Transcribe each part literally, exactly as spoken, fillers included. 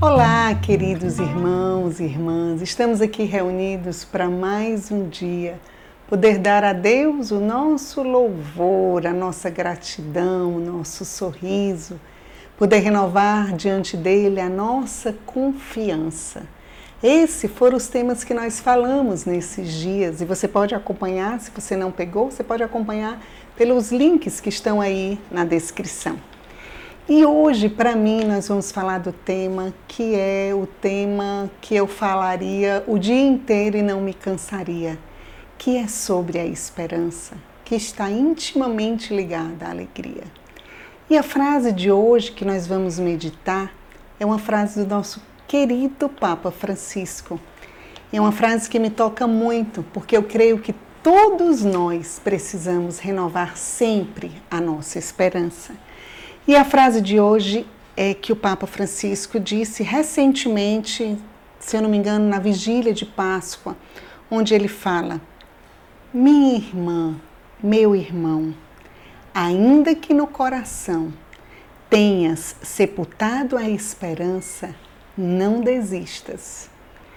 Olá, queridos irmãos e irmãs, estamos aqui reunidos para mais um dia poder dar a Deus o nosso louvor, a nossa gratidão, o nosso sorriso, poder renovar diante dele a nossa confiança. Esses foram os temas que nós falamos nesses dias e você pode acompanhar, se você não pegou, você pode acompanhar pelos links que estão aí na descrição. E hoje, para mim, nós vamos falar do tema que é o tema que eu falaria o dia inteiro e não me cansaria, que é sobre a esperança, que está intimamente ligada à alegria. E a frase de hoje que nós vamos meditar é uma frase do nosso querido Papa Francisco. É uma frase que me toca muito, porque eu creio que todos nós precisamos renovar sempre a nossa esperança. E a frase de hoje é que o Papa Francisco disse recentemente, se eu não me engano, na vigília de Páscoa, onde ele fala: minha irmã, meu irmão, ainda que no coração tenhas sepultado a esperança, não desistas.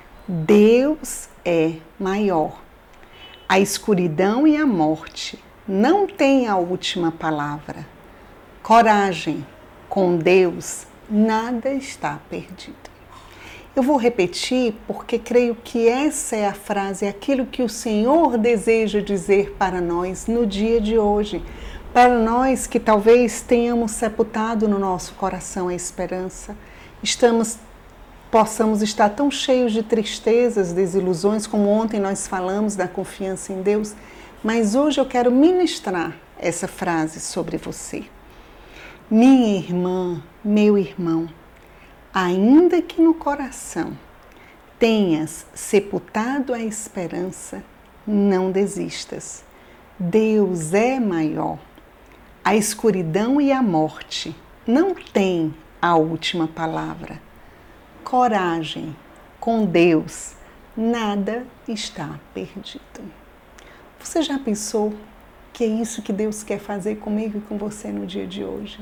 Deus é maior. A escuridão e a morte não têm a última palavra. Coragem, com Deus nada está perdido. Eu vou repetir porque creio que essa é a frase, aquilo que o Senhor deseja dizer para nós no dia de hoje. Para nós que talvez tenhamos sepultado no nosso coração a esperança, estamos, possamos estar tão cheios de tristezas, desilusões, como ontem nós falamos da confiança em Deus, mas hoje eu quero ministrar essa frase sobre você. Minha irmã, meu irmão, ainda que no coração tenhas sepultado a esperança, não desistas. Deus é maior. A escuridão e a morte não têm a última palavra. Coragem, com Deus nada está perdido. Você já pensou que é isso que Deus quer fazer comigo e com você no dia de hoje?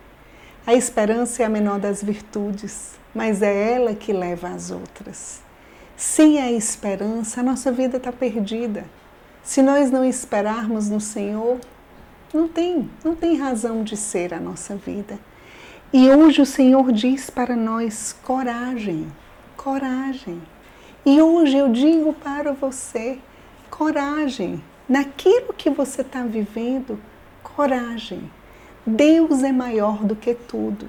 A esperança é a menor das virtudes, mas é ela que leva às outras. Sem a esperança, a nossa vida está perdida. Se nós não esperarmos no Senhor, não tem, não tem razão de ser a nossa vida. E hoje o Senhor diz para nós: coragem, coragem. E hoje eu digo para você: coragem. Naquilo que você está vivendo, coragem. Deus é maior do que tudo.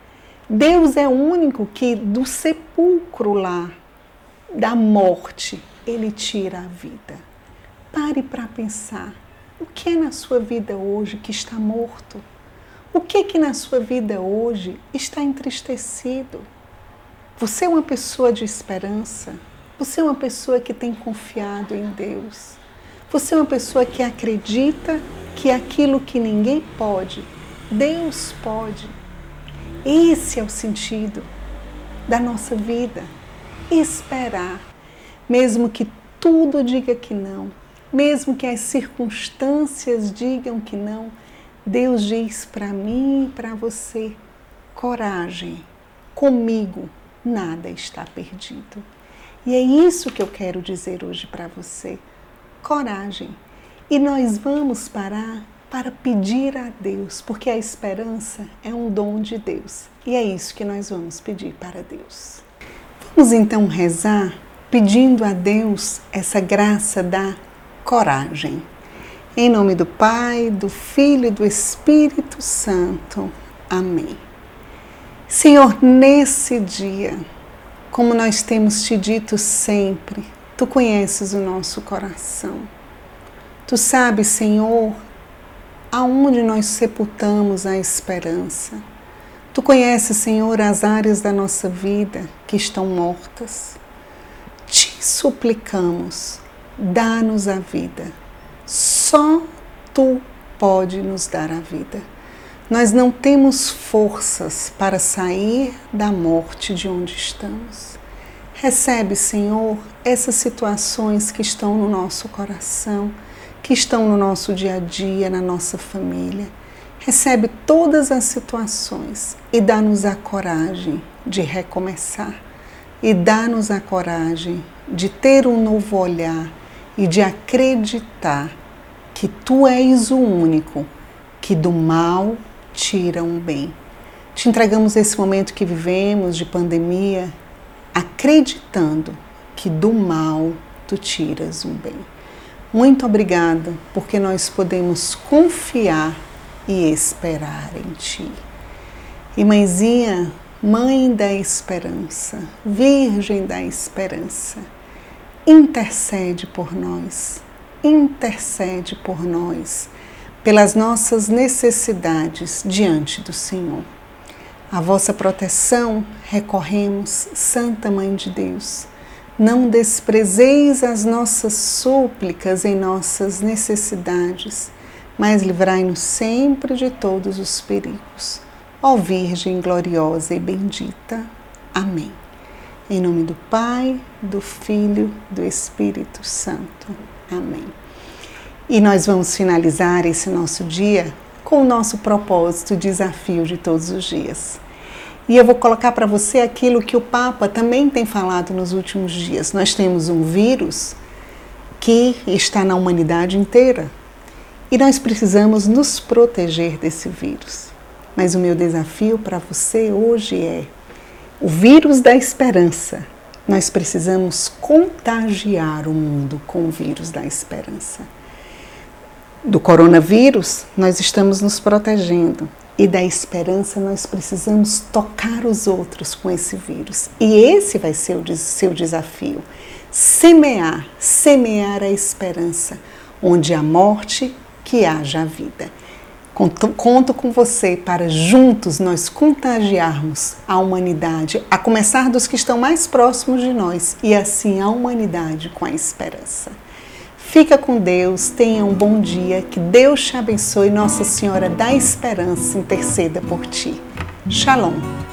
Deus é o único que do sepulcro lá, da morte, Ele tira a vida. Pare para pensar. O que é na sua vida hoje que está morto? O que é que na sua vida hoje está entristecido? Você é uma pessoa de esperança. Você é uma pessoa que tem confiado em Deus. Você é uma pessoa que acredita que aquilo que ninguém pode, Deus pode. Esse é o sentido da nossa vida. Esperar, mesmo que tudo diga que não, mesmo que as circunstâncias digam que não, Deus diz para mim e para você: coragem, comigo nada está perdido. E é isso que eu quero dizer hoje para você. Coragem. E nós vamos parar para pedir a Deus, porque a esperança é um dom de Deus. E é isso que nós vamos pedir para Deus. Vamos então rezar pedindo a Deus essa graça da coragem. Em nome do Pai, do Filho e do Espírito Santo. Amém. Senhor, nesse dia, como nós temos te dito sempre, Tu conheces o nosso coração. Tu sabes, Senhor, aonde nós sepultamos a esperança. Tu conheces, Senhor, as áreas da nossa vida que estão mortas. Te suplicamos, dá-nos a vida. Só Tu pode nos dar a vida. Nós não temos forças para sair da morte de onde estamos. Recebe, Senhor, essas situações que estão no nosso coração, que estão no nosso dia a dia, na nossa família. recebe todas as situações e dá-nos a coragem de recomeçar, e dá-nos a coragem de ter um novo olhar e de acreditar que Tu és o único que do mal tira um bem. Te entregamos esse momento que vivemos de pandemia, acreditando que do mal Tu tiras um bem. Muito obrigada, porque nós podemos confiar e esperar em Ti. E mãezinha, Mãe da Esperança, Virgem da Esperança, intercede por nós, intercede por nós, pelas nossas necessidades diante do Senhor. A vossa proteção recorremos, Santa Mãe de Deus. Não desprezeis as nossas súplicas em nossas necessidades, mas livrai-nos sempre de todos os perigos. Ó Virgem gloriosa e bendita. Amém. Em nome do Pai, do Filho, do Espírito Santo. Amém. E nós vamos finalizar esse nosso dia com o nosso propósito, desafio de todos os dias. E eu vou colocar para você aquilo que o Papa também tem falado nos últimos dias. Nós temos um vírus que está na humanidade inteira e nós precisamos nos proteger desse vírus. Mas o meu desafio para você hoje é o vírus da esperança. Nós precisamos contagiar o mundo com o vírus da esperança. Do coronavírus, nós estamos nos protegendo. E da esperança, nós precisamos tocar os outros com esse vírus. E esse vai ser o seu desafio. Semear, semear a esperança. Onde há morte, que haja a vida. Conto, conto com você para juntos nós contagiarmos a humanidade, a começar dos que estão mais próximos de nós, e assim a humanidade com a esperança. Fica com Deus, tenha um bom dia, que Deus te abençoe, Nossa Senhora da Esperança interceda por ti. Shalom.